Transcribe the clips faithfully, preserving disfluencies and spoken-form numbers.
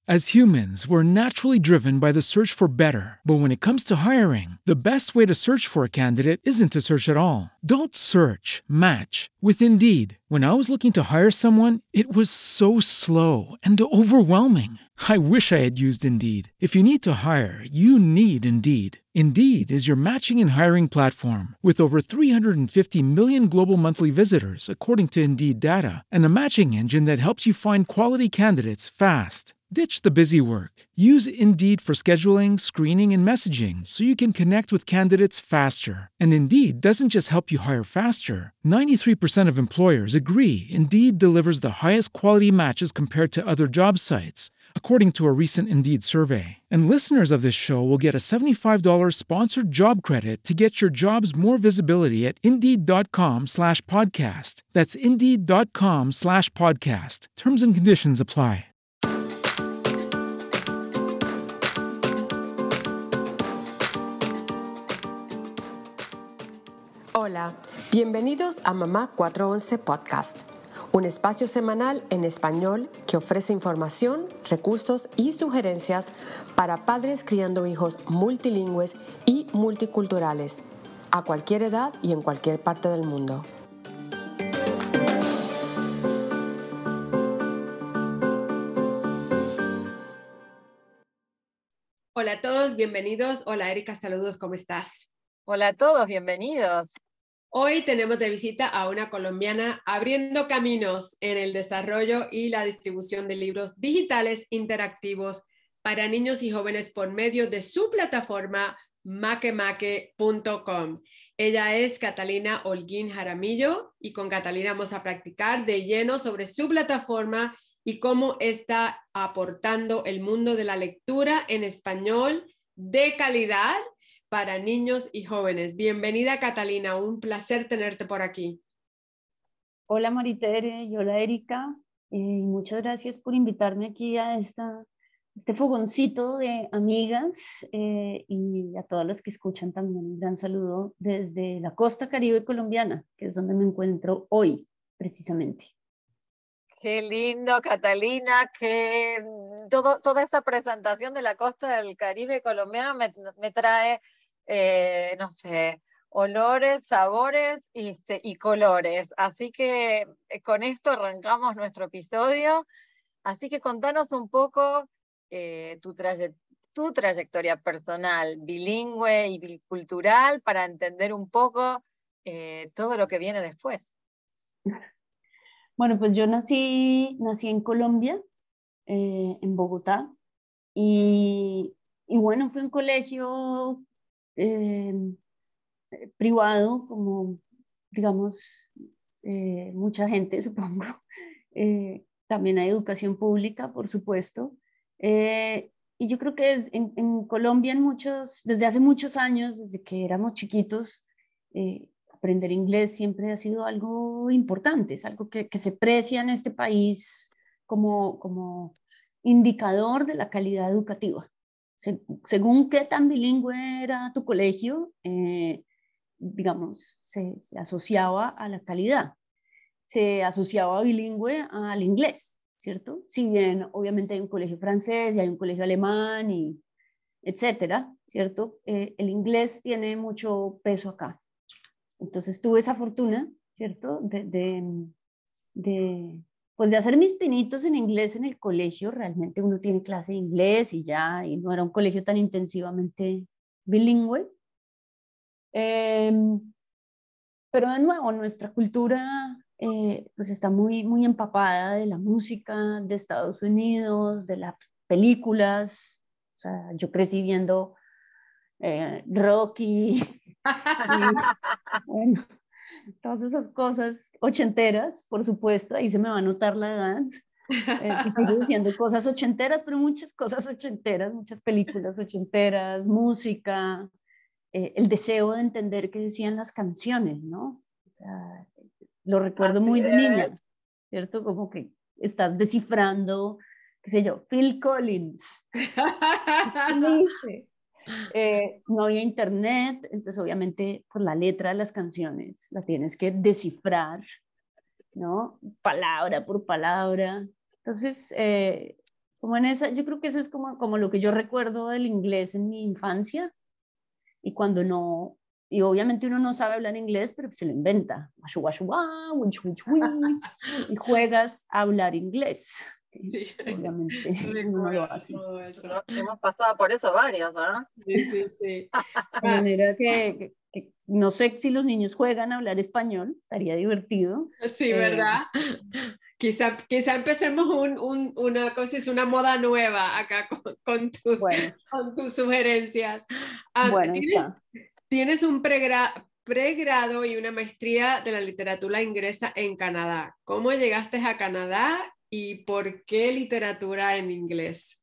As humans, we're naturally driven by the search for better. But when it comes to hiring, the best way to search for a candidate isn't to search at all. Don't search, match with Indeed. When I was looking to hire someone, it was so slow and overwhelming. I wish I had used Indeed. If you need to hire, you need Indeed. Indeed is your matching and hiring platform with over three hundred fifty million global monthly visitors, according to Indeed data, and a matching engine that helps you find quality candidates fast. Ditch the busy work. Use Indeed for scheduling, screening, and messaging so you can connect with candidates faster. And Indeed doesn't just help you hire faster. ninety-three percent of employers agree Indeed delivers the highest quality matches compared to other job sites, according to a recent Indeed survey. And listeners of this show will get a seventy-five dollars sponsored job credit to get your jobs more visibility at Indeed.com slash podcast. That's Indeed.com slash podcast. Terms and conditions apply. Hola, bienvenidos a Mamá cuatro once Podcast, un espacio semanal en español que ofrece información, recursos y sugerencias para padres criando hijos multilingües y multiculturales, a cualquier edad y en cualquier parte del mundo. Hola a todos, bienvenidos. Hola Erika, saludos, ¿cómo estás? Hola a todos, bienvenidos. Hoy tenemos de visita a una colombiana abriendo caminos en el desarrollo y la distribución de libros digitales interactivos para niños y jóvenes por medio de su plataforma makemake punto com. Ella es Catalina Holguín Jaramillo y con Catalina vamos a practicar de lleno sobre su plataforma y cómo está aportando el mundo de la lectura en español de calidad para niños y jóvenes. Bienvenida, Catalina, un placer tenerte por aquí. Hola Maritere y hola Erika, eh, muchas gracias por invitarme aquí a esta, este fogoncito de amigas eh, y a todas las que escuchan también un gran saludo desde la costa caribe colombiana, que es donde me encuentro hoy precisamente. Qué lindo, Catalina, que todo, toda esta presentación de la costa del Caribe colombiano me, me trae, eh, no sé, olores, sabores y, este, y colores. Así que eh, con esto arrancamos nuestro episodio. Así que contanos un poco eh, tu, traye, tu trayectoria personal, bilingüe y bicultural, para entender un poco eh, todo lo que viene después. Bueno, pues yo nací, nací en Colombia, eh, en Bogotá, y, y bueno, fui a un colegio eh, privado, como digamos, eh, mucha gente, supongo. Eh, también hay educación pública, por supuesto. Eh, y yo creo que es, en, en Colombia, en muchos, desde hace muchos años, desde que éramos chiquitos, eh, aprender inglés siempre ha sido algo importante, es algo que, que se precia en este país como, como indicador de la calidad educativa. Se, según qué tan bilingüe era tu colegio, eh, digamos, se, se asociaba a la calidad, se asociaba bilingüe al inglés, ¿cierto? Si bien obviamente hay un colegio francés y hay un colegio alemán y etcétera, ¿cierto? Eh, el inglés tiene mucho peso acá. Entonces tuve esa fortuna, ¿cierto? De, de, de, pues de hacer mis pinitos en inglés en el colegio. Realmente uno tiene clase de inglés y ya, y no era un colegio tan intensivamente bilingüe. Eh, pero de nuevo, nuestra cultura eh, pues está muy, muy empapada de la música de Estados Unidos, de las películas. O sea, yo crecí viendo eh, Rocky y bueno, todas esas cosas ochenteras, por supuesto, ahí se me va a notar la edad. Eh, y sigo diciendo cosas ochenteras, pero muchas cosas ochenteras, muchas películas ochenteras, música, eh, el deseo de entender qué decían las canciones, ¿no? O sea, lo recuerdo Así muy de niña, es. ¿cierto? Como que estás descifrando, qué sé yo, Phil Collins. ¿Qué dice? Eh, no había internet, entonces obviamente por la letra de las canciones la tienes que descifrar, ¿no? Palabra por palabra. Entonces, eh, Como en esa, yo creo que eso es como, como lo que yo recuerdo del inglés en mi infancia, y cuando no, y obviamente uno no sabe hablar inglés, pero se lo inventa, y juegas a hablar inglés. Sí, obviamente uno no lo hace. todo eso. No, hemos pasado por eso varios, ¿verdad? Sí, sí, sí. De manera que, que, que no sé si los niños juegan a hablar español, estaría divertido. Sí, ¿verdad? Eh, quizá, quizá empecemos un, un, una cosa, es una moda nueva acá con, con, tus, bueno, con tus sugerencias. Um, bueno, ¿tienes, está. tienes un pregra, pregrado y una maestría de la literatura inglesa en Canadá. ¿Cómo llegaste a Canadá y por qué literatura en inglés?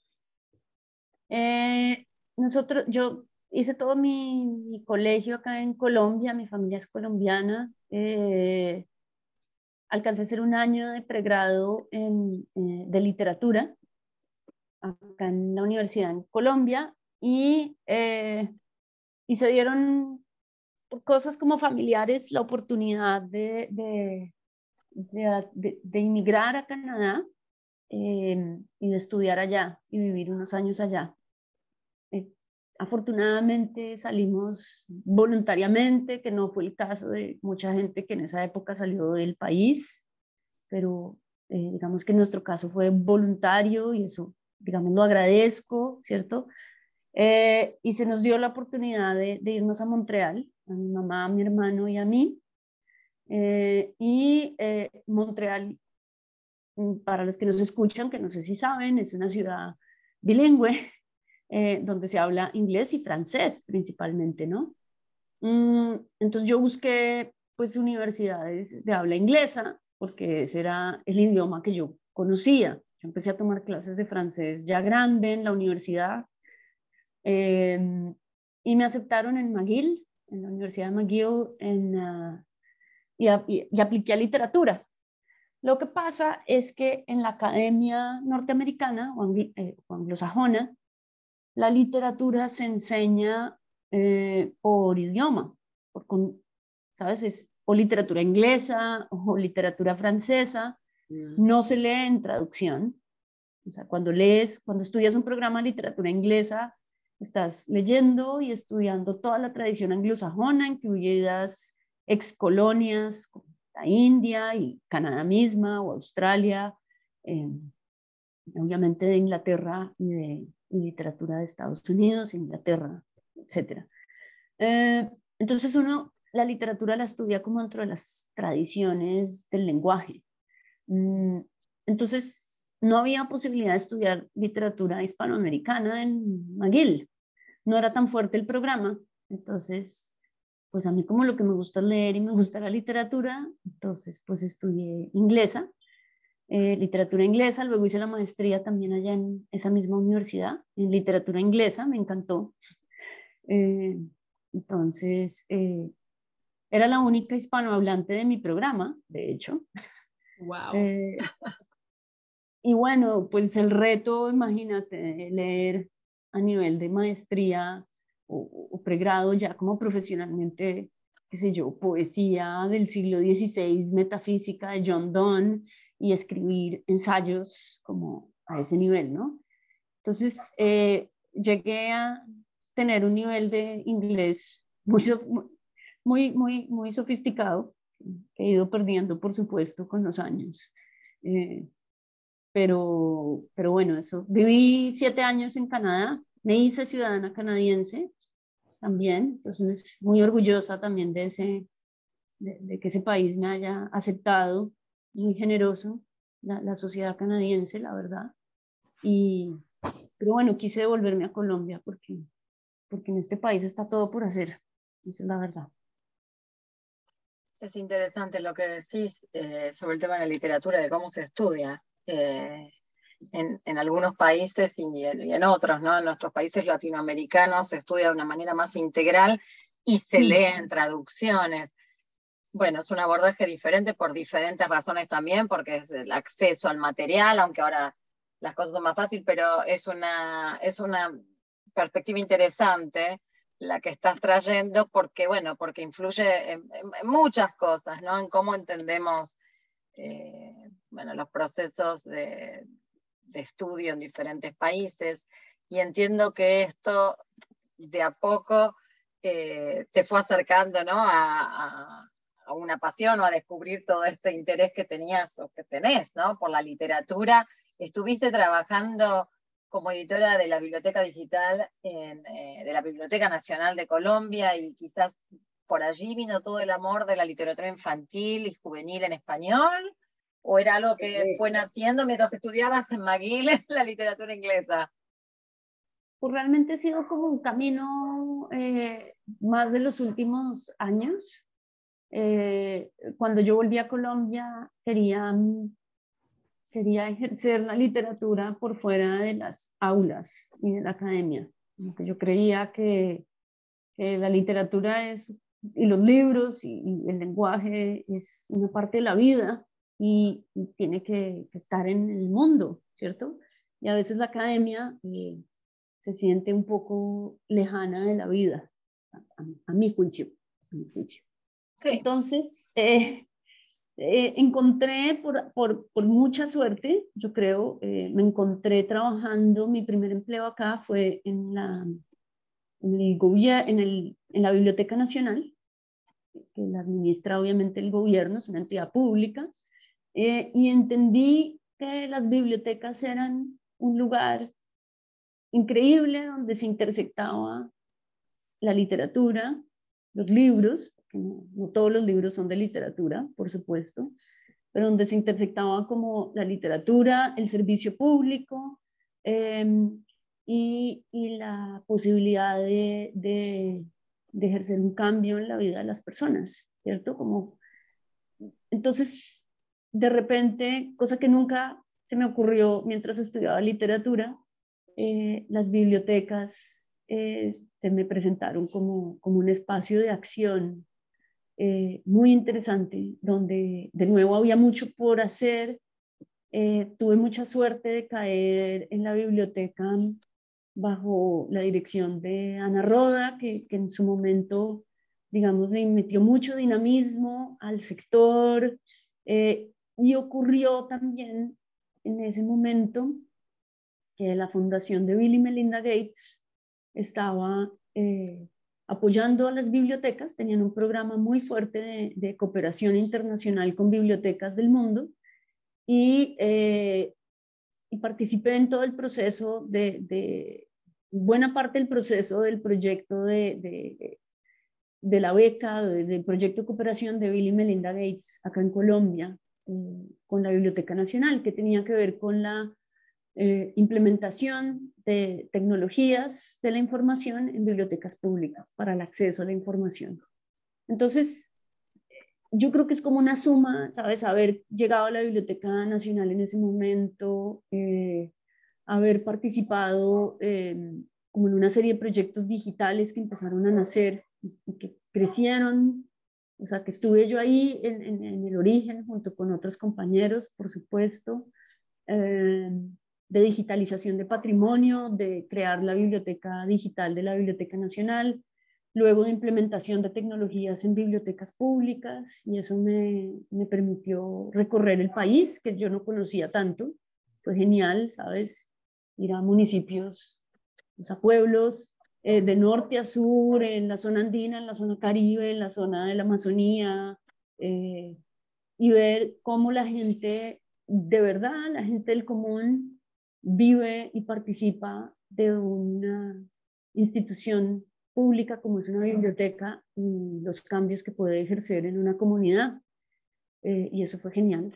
Eh, nosotros, yo hice todo mi, mi colegio acá en Colombia, mi familia es colombiana. Eh, alcancé a hacer un año de pregrado en, eh, de literatura acá en la universidad en Colombia y, eh, y se dieron por cosas como familiares la oportunidad de, de, de, de, de inmigrar a Canadá eh, y de estudiar allá y vivir unos años allá. Eh, afortunadamente salimos voluntariamente, que no fue el caso de mucha gente que en esa época salió del país, pero eh, digamos que en nuestro caso fue voluntario y eso, digamos, lo agradezco, ¿cierto? Eh, y se nos dio la oportunidad de, de irnos a Montreal, a mi mamá, a mi hermano y a mí. Eh, y eh, Montreal, para los que nos escuchan, que no sé si saben, es una ciudad bilingüe, eh, donde se habla inglés y francés principalmente, ¿no? Mm, entonces yo busqué pues universidades de habla inglesa, porque ese era el idioma que yo conocía. Yo empecé a tomar clases de francés ya grande en la universidad, eh, y me aceptaron en McGill, en la Universidad de McGill, en, uh, y, y, y apliqué a literatura. Lo que pasa es que en la academia norteamericana o, anglo, eh, o anglosajona, la literatura se enseña eh, por idioma, por con, ¿sabes? Es o literatura inglesa o literatura francesa, mm. no se lee en traducción. O sea, cuando lees, cuando estudias un programa de literatura inglesa, estás leyendo y estudiando toda la tradición anglosajona, incluidas excolonias como la India y Canadá misma o Australia, eh, obviamente de Inglaterra y de y literatura de Estados Unidos, Inglaterra, etcétera. Eh, entonces uno la literatura la estudia como dentro de las tradiciones del lenguaje. Mm, entonces no había posibilidad de estudiar literatura hispanoamericana en McGill. No era tan fuerte el programa. Entonces, pues a mí como lo que me gusta es leer y me gusta la literatura, entonces pues estudié inglesa. Eh, literatura inglesa, luego hice la maestría también allá en esa misma universidad, en literatura inglesa, me encantó. Eh, entonces, eh, era la única hispanohablante de mi programa, de hecho. Wow. Eh, y bueno, pues el reto, imagínate, leer a nivel de maestría o, o pregrado ya como profesionalmente, qué sé yo, poesía del siglo dieciséis, metafísica de John Donne, y escribir ensayos como a ese nivel, ¿no? Entonces, eh, llegué a tener un nivel de inglés muy, muy, muy, muy sofisticado, que he ido perdiendo, por supuesto, con los años. Eh, pero, pero bueno, eso. Viví siete años en Canadá, me hice ciudadana canadiense también, entonces muy orgullosa también de, ese, de, de que ese país me haya aceptado, muy generoso, la, la sociedad canadiense, la verdad. Y, pero bueno, quise devolverme a Colombia porque, porque en este país está todo por hacer, esa es la verdad. Es interesante lo que decís eh, sobre el tema de la literatura, de cómo se estudia eh, en, en algunos países y en, y en otros, ¿no? En nuestros países latinoamericanos se estudia de una manera más integral y se lee en traducciones. Bueno, es un abordaje diferente por diferentes razones también, porque es el acceso al material, aunque ahora las cosas son más fáciles, pero es una, es una perspectiva interesante la que estás trayendo, porque, bueno, porque influye en, en, en muchas cosas, ¿no? En cómo entendemos eh, bueno, los procesos de, de estudio en diferentes países, y entiendo que esto de a poco eh, te fue acercando, ¿no? a, a, a una pasión o a descubrir todo este interés que tenías o que tenés, ¿no? Por la literatura. Estuviste trabajando como editora de la Biblioteca Digital en, eh, de la Biblioteca Nacional de Colombia, y quizás por allí vino todo el amor de la literatura infantil y juvenil en español, ¿o era algo que fue naciendo mientras estudiabas en McGill la literatura inglesa? Pues realmente ha sido como un camino eh, más de los últimos años. Eh, cuando yo volví a Colombia quería, quería ejercer la literatura por fuera de las aulas y de la academia. Porque yo creía que, que la literatura es, y los libros y, y el lenguaje es una parte de la vida y, y tiene que, que estar en el mundo, ¿cierto? Y a veces la academia eh, se siente un poco lejana de la vida, a, a, a mi juicio. A mi juicio. Okay. Entonces, eh, eh, encontré por, por, por mucha suerte, yo creo, eh, me encontré trabajando, mi primer empleo acá fue en la, en el gobier- en el, en la Biblioteca Nacional, que la administra obviamente el gobierno, es una entidad pública, eh, y entendí que las bibliotecas eran un lugar increíble donde se intersectaba la literatura, los libros, que no, no todos los libros son de literatura, por supuesto, pero donde se intersectaba como la literatura, el servicio público eh, y, y la posibilidad de, de, de ejercer un cambio en la vida de las personas, ¿cierto? Como, entonces, de repente, cosa que nunca se me ocurrió mientras estudiaba literatura, eh, las bibliotecas eh, se me presentaron como, como un espacio de acción eh, muy interesante, donde de nuevo había mucho por hacer. Eh, tuve mucha suerte de caer en la biblioteca bajo la dirección de Ana Roda, que, que en su momento, digamos, le metió mucho dinamismo al sector, eh, y ocurrió también en ese momento que la fundación de Bill y Melinda Gates estaba eh, apoyando a las bibliotecas, tenían un programa muy fuerte de, de cooperación internacional con bibliotecas del mundo, y, eh, y participé en todo el proceso de, de, buena parte del proceso del proyecto de, de, de la beca, de, del proyecto de cooperación de Bill y Melinda Gates acá en Colombia, eh, con la Biblioteca Nacional, que tenía que ver con la Eh, implementación de tecnologías de la información en bibliotecas públicas para el acceso a la información. Entonces, yo creo que es como una suma, ¿sabes? Haber llegado a la Biblioteca Nacional en ese momento, eh, haber participado eh, como en una serie de proyectos digitales que empezaron a nacer y que crecieron, o sea, que estuve yo ahí en, en, en el origen junto con otros compañeros, por supuesto, eh, de digitalización de patrimonio, de crear la biblioteca digital de la Biblioteca Nacional, luego de implementación de tecnologías en bibliotecas públicas, y eso me, me permitió recorrer el país, que yo no conocía tanto. Fue genial, ¿sabes? Ir a municipios, a pueblos, eh, de norte a sur, en la zona andina, en la zona caribe, en la zona de la Amazonía, eh, y ver cómo la gente, de verdad, la gente del común, vive y participa de una institución pública como es una biblioteca, y los cambios que puede ejercer en una comunidad. Eh, y eso fue genial.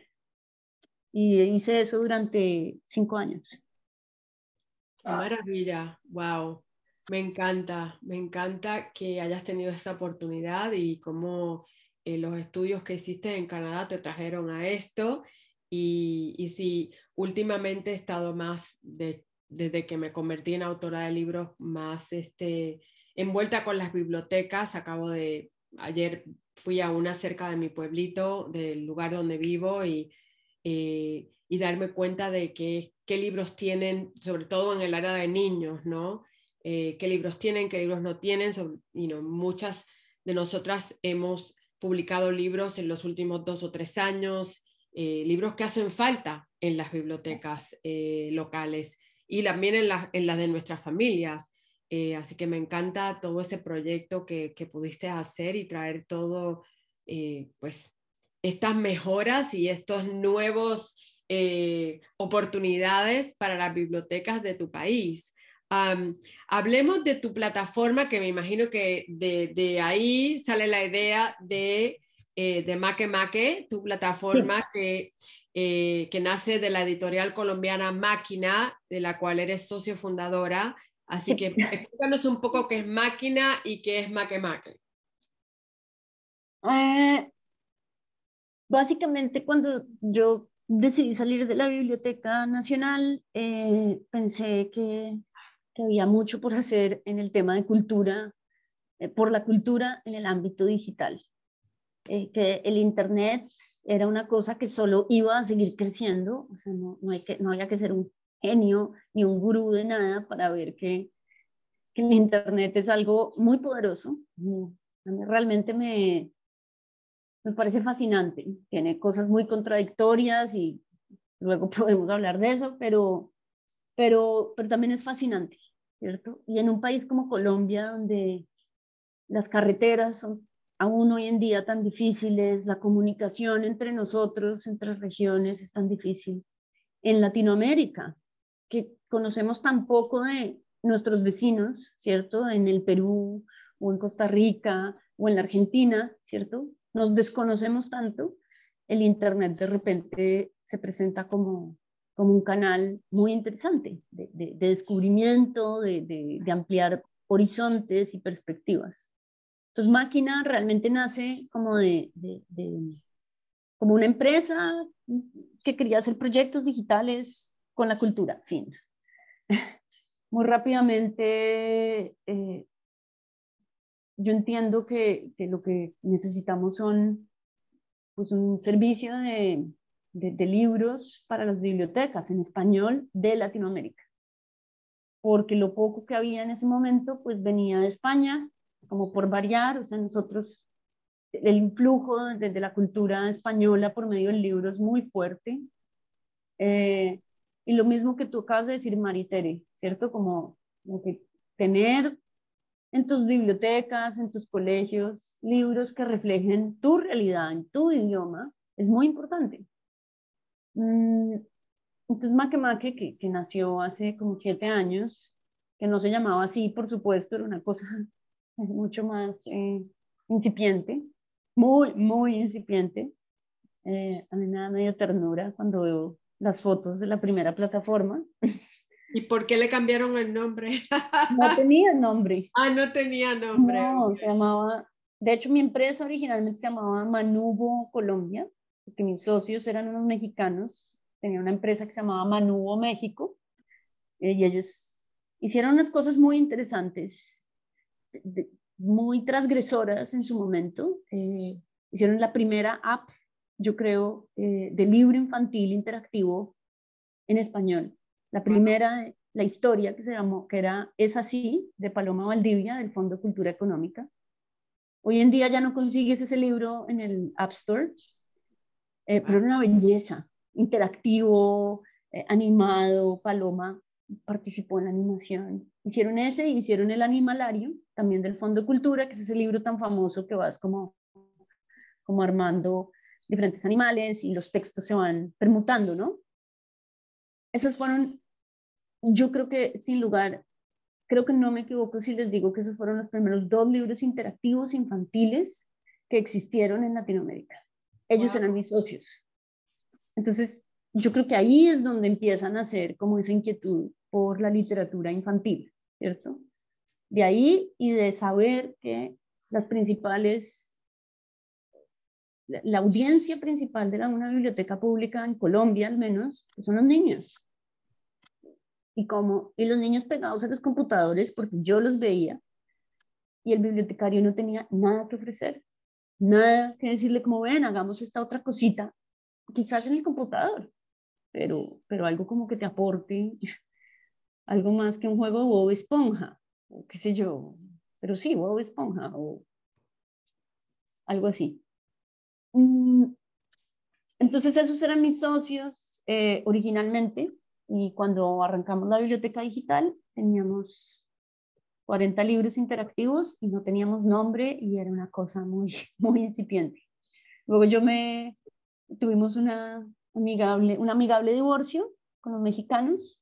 Y hice eso durante cinco años. Qué maravilla, wow. Me encanta, me encanta que hayas tenido esta oportunidad y cómo eh, los estudios que hiciste en Canadá te trajeron a esto. Y, y sí, últimamente he estado más, de, desde que me convertí en autora de libros, más este, envuelta con las bibliotecas. Acabo de, ayer fui a una cerca de mi pueblito, del lugar donde vivo, y, eh, y darme cuenta de que, qué libros tienen, sobre todo en el área de niños, ¿no? Eh, qué libros tienen, qué libros no tienen. Sobre, you know, muchas de nosotras hemos publicado libros en los últimos dos o tres años, eh, libros que hacen falta en las bibliotecas eh, locales y también en, la, en las de nuestras familias. Eh, así que me encanta todo ese proyecto que, que pudiste hacer y traer todo, eh, pues, estas mejoras y estos nuevos eh, oportunidades para las bibliotecas de tu país. Um, hablemos de tu plataforma, que me imagino que de, de ahí sale la idea de, eh, de Makemake, tu plataforma sí. que, eh, que nace de la editorial colombiana Máquina, de la cual eres socio fundadora. Así sí. que explícanos un poco qué es Máquina y qué es Makemake. Eh, básicamente, cuando yo decidí salir de la Biblioteca Nacional, eh, pensé que, que había mucho por hacer en el tema de cultura, eh, por la cultura en el ámbito digital. Eh, que el Internet era una cosa que solo iba a seguir creciendo, o sea, no, no, hay que, no había que ser un genio ni un gurú de nada para ver que, que el Internet es algo muy poderoso. A mí realmente me, me parece fascinante, tiene cosas muy contradictorias y luego podemos hablar de eso, pero, pero, pero también es fascinante, ¿cierto? Y en un país como Colombia, donde las carreteras son aún hoy en día tan difíciles, la comunicación entre nosotros, entre regiones, es tan difícil. En Latinoamérica, que conocemos tan poco de nuestros vecinos, ¿cierto? En el Perú, o en Costa Rica, o en la Argentina, ¿cierto? Nos desconocemos tanto, el Internet de repente se presenta como, como un canal muy interesante de, de, de descubrimiento, de, de, de ampliar horizontes y perspectivas. Entonces, Máquina realmente nace como de, de, de como una empresa que quería hacer proyectos digitales con la cultura, fin. Muy rápidamente, eh, yo entiendo que, que lo que necesitamos son pues, un servicio de, de, de libros para las bibliotecas en español de Latinoamérica, porque lo poco que había en ese momento pues venía de España, como por variar, o sea, nosotros, el influjo desde de la cultura española por medio del libro es muy fuerte. Eh, y lo mismo que tú acabas de decir, Maritere, ¿cierto? Como, como que tener en tus bibliotecas, en tus colegios, libros que reflejen tu realidad en tu idioma, es muy importante. Mm, entonces, Makemake, que, que nació hace como siete años, que no se llamaba así, por supuesto, era una cosa mucho más eh, incipiente, muy, muy incipiente. Eh, a mí me da medio ternura cuando veo las fotos de la primera plataforma. ¿Y por qué le cambiaron el nombre? No tenía nombre. Ah, no tenía nombre. No, okay. se llamaba, de hecho mi empresa originalmente se llamaba Manubo Colombia, porque mis socios eran unos mexicanos, tenía una empresa que se llamaba Manubo México, eh, y ellos hicieron unas cosas muy interesantes, de, de, muy transgresoras en su momento. Eh, hicieron la primera app, yo creo, eh, de libro infantil interactivo en español. La primera, la historia que se llamó, que era Es así, de Paloma Valdivia, del Fondo de Cultura Económica. Hoy en día ya no consigues ese libro en el App Store, eh, pero era una belleza, interactivo, eh, animado. Paloma participó en la animación. Hicieron ese y hicieron el Animalario, también del Fondo de Cultura, que es ese libro tan famoso que vas como, como armando diferentes animales y los textos se van permutando, ¿no? Esas fueron, yo creo que sin lugar, creo que no me equivoco si les digo que esos fueron los primeros dos libros interactivos infantiles que existieron en Latinoamérica. Ellos wow. eran mis socios. Entonces, yo creo que ahí es donde empiezan a hacer como esa inquietud por la literatura infantil, ¿cierto? De ahí y de saber que las principales, la, la audiencia principal de la, una biblioteca pública en Colombia al menos, pues son los niños. Y, como, y los niños pegados a los computadores, porque yo los veía, y el bibliotecario no tenía nada que ofrecer, nada que decirle como, ven, hagamos esta otra cosita, quizás en el computador, pero, pero algo como que te aporte, algo más que un juego de Bob Esponja, o qué sé yo, pero sí, Bob Esponja, o algo así. Entonces esos eran mis socios, eh, originalmente, y cuando arrancamos la biblioteca digital teníamos cuarenta libros interactivos y no teníamos nombre y era una cosa muy, muy incipiente. Luego yo me, tuvimos una amigable, un amigable divorcio con los mexicanos.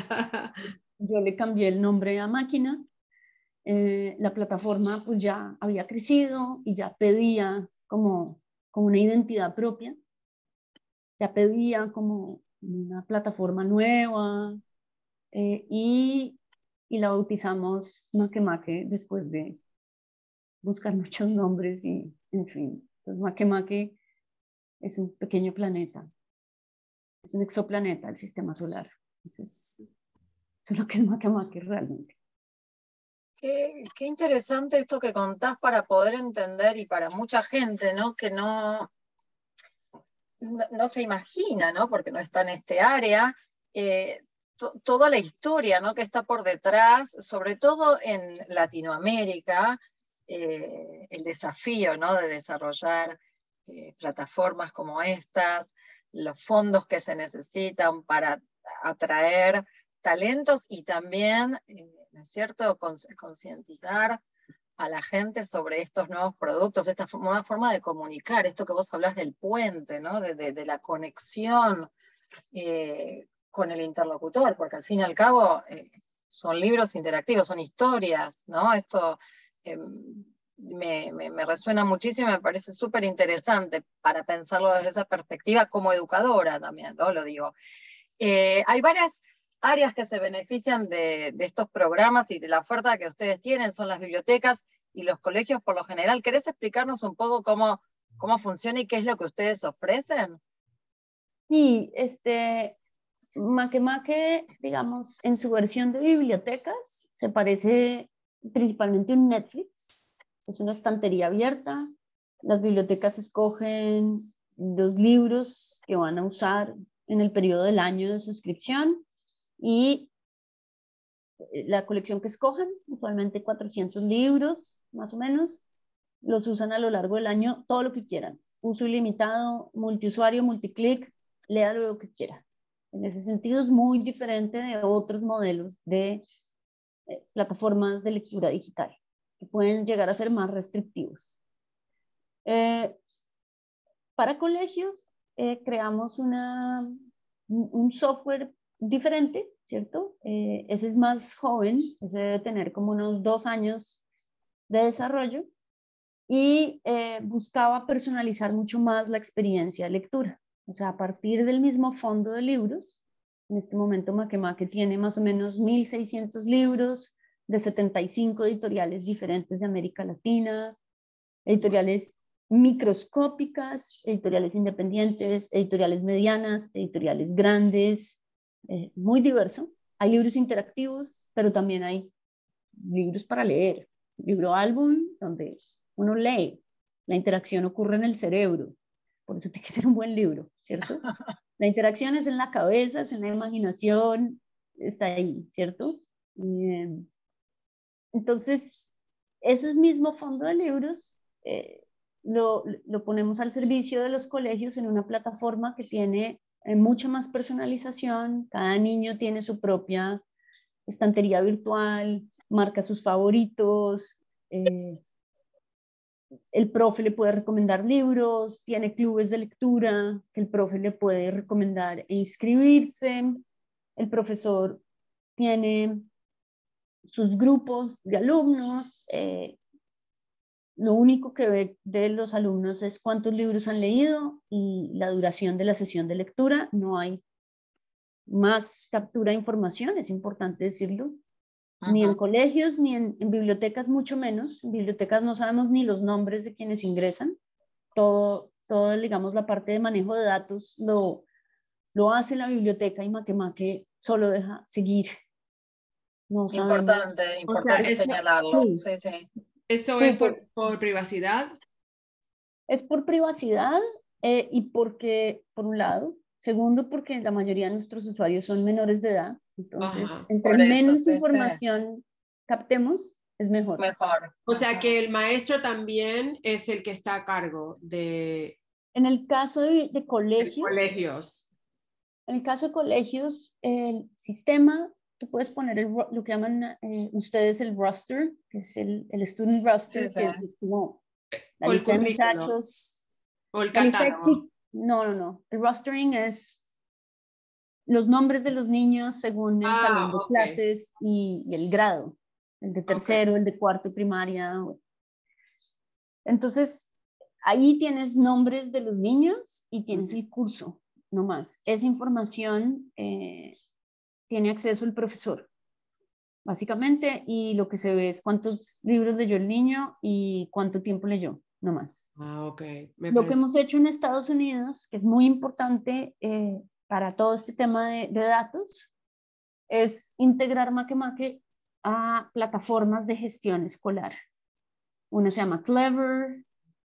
Yo le cambié el nombre a Máquina. Eh, la plataforma pues ya había crecido y ya pedía como, como una identidad propia. Ya pedía como una plataforma nueva eh, y, y la bautizamos Makemake después de buscar muchos nombres y en fin. Entonces Makemake es un pequeño planeta, es un exoplaneta del sistema solar. Eso es, eso es lo que es Makemake realmente. Qué, qué interesante esto que contás para poder entender y para mucha gente, ¿no? Que no, no, no se imagina, ¿no? Porque no está en este área, eh, to, toda la historia, ¿no? Que está por detrás, sobre todo en Latinoamérica, eh, el desafío, ¿no? De desarrollar eh, plataformas como estas, los fondos que se necesitan para atraer talentos y también, eh, ¿no es cierto?, concientizar a la gente sobre estos nuevos productos, esta nueva forma de comunicar, esto que vos hablás del puente, ¿no? de, de, de la conexión eh, con el interlocutor, porque al fin y al cabo eh, son libros interactivos, son historias, ¿no? Esto eh, me, me, me resuena muchísimo, me parece súper interesante para pensarlo desde esa perspectiva como educadora también, ¿no? Lo digo. Eh, hay varias áreas que se benefician de, de estos programas y de la oferta que ustedes tienen, son las bibliotecas y los colegios por lo general. ¿Querés explicarnos un poco cómo, cómo funciona y qué es lo que ustedes ofrecen? Sí, este, Makemake, digamos, en su versión de bibliotecas, se parece principalmente a un Netflix. Es una estantería abierta. Las bibliotecas escogen los libros que van a usar en el periodo del año de suscripción y la colección que escojan, usualmente cuatrocientos libros, más o menos, los usan a lo largo del año todo lo que quieran. Uso ilimitado, multiusuario, multiclick, lea lo que quiera. En ese sentido es muy diferente de otros modelos de eh, plataformas de lectura digital, que pueden llegar a ser más restrictivos. Eh, para colegios, eh, creamos una, un software diferente, ¿cierto? Eh, ese es más joven, ese debe tener como unos dos años de desarrollo y eh, buscaba personalizar mucho más la experiencia de lectura. O sea, a partir del mismo fondo de libros, en este momento Makemake tiene más o menos mil seiscientos libros de setenta y cinco editoriales diferentes de América Latina, editoriales microscópicas, editoriales independientes, editoriales medianas, editoriales grandes, eh, muy diverso. Hay libros interactivos, pero también hay libros para leer, libro álbum, donde uno lee, la interacción ocurre en el cerebro, por eso tiene que ser un buen libro, ¿cierto? La interacción es en la cabeza, es en la imaginación, está ahí, ¿cierto? Eh, entonces, ese mismo fondo de libros eh, lo, lo ponemos al servicio de los colegios en una plataforma que tiene eh, mucha más personalización, cada niño tiene su propia estantería virtual, marca sus favoritos, eh, el profe le puede recomendar libros, tiene clubes de lectura que el profe le puede recomendar e inscribirse, el profesor tiene sus grupos de alumnos, eh, lo único que ve de los alumnos es cuántos libros han leído y la duración de la sesión de lectura, no hay más captura de información, es importante decirlo. Uh-huh. Ni en colegios, ni en, en bibliotecas, mucho menos. En bibliotecas no sabemos ni los nombres de quienes ingresan. Todo, todo digamos, la parte de manejo de datos lo, lo hace la biblioteca y Makemake solo deja seguir. No sabemos. Importante, importante o sea, señalarlo. Sí, sí, sí. ¿Eso sí, es por, por privacidad? Es por privacidad eh, y porque, por un lado. Segundo, porque la mayoría de nuestros usuarios son menores de edad. Entonces, Ajá, entre menos eso, sí, información sí. captemos, es mejor. Mejor. O sea que el maestro también es el que está a cargo de... En el caso de, de colegios, de colegios. En el caso de colegios, el sistema, tú puedes poner el, lo que llaman eh, ustedes el roster, que es el, el student roster, Sí, que sí. es como la O el lista de currículo, muchachos. o el La lista de catálogo. chicos. No, no, no. El rostering es los nombres de los niños según el Ah, salón de ok. clases y, y el grado. El de tercero, el de cuarto primaria. Entonces, ahí tienes nombres de los niños y tienes Ujú. el curso, no más. Esa información eh, tiene acceso el profesor, básicamente, y lo que se ve es cuántos libros leyó el niño y cuánto tiempo leyó, no más. Ah, ok. Me Lo que parece. hemos hecho en Estados Unidos, que es muy importante eh, para todo este tema de, de datos, es integrar Makemake a plataformas de gestión escolar. Una se llama Clever,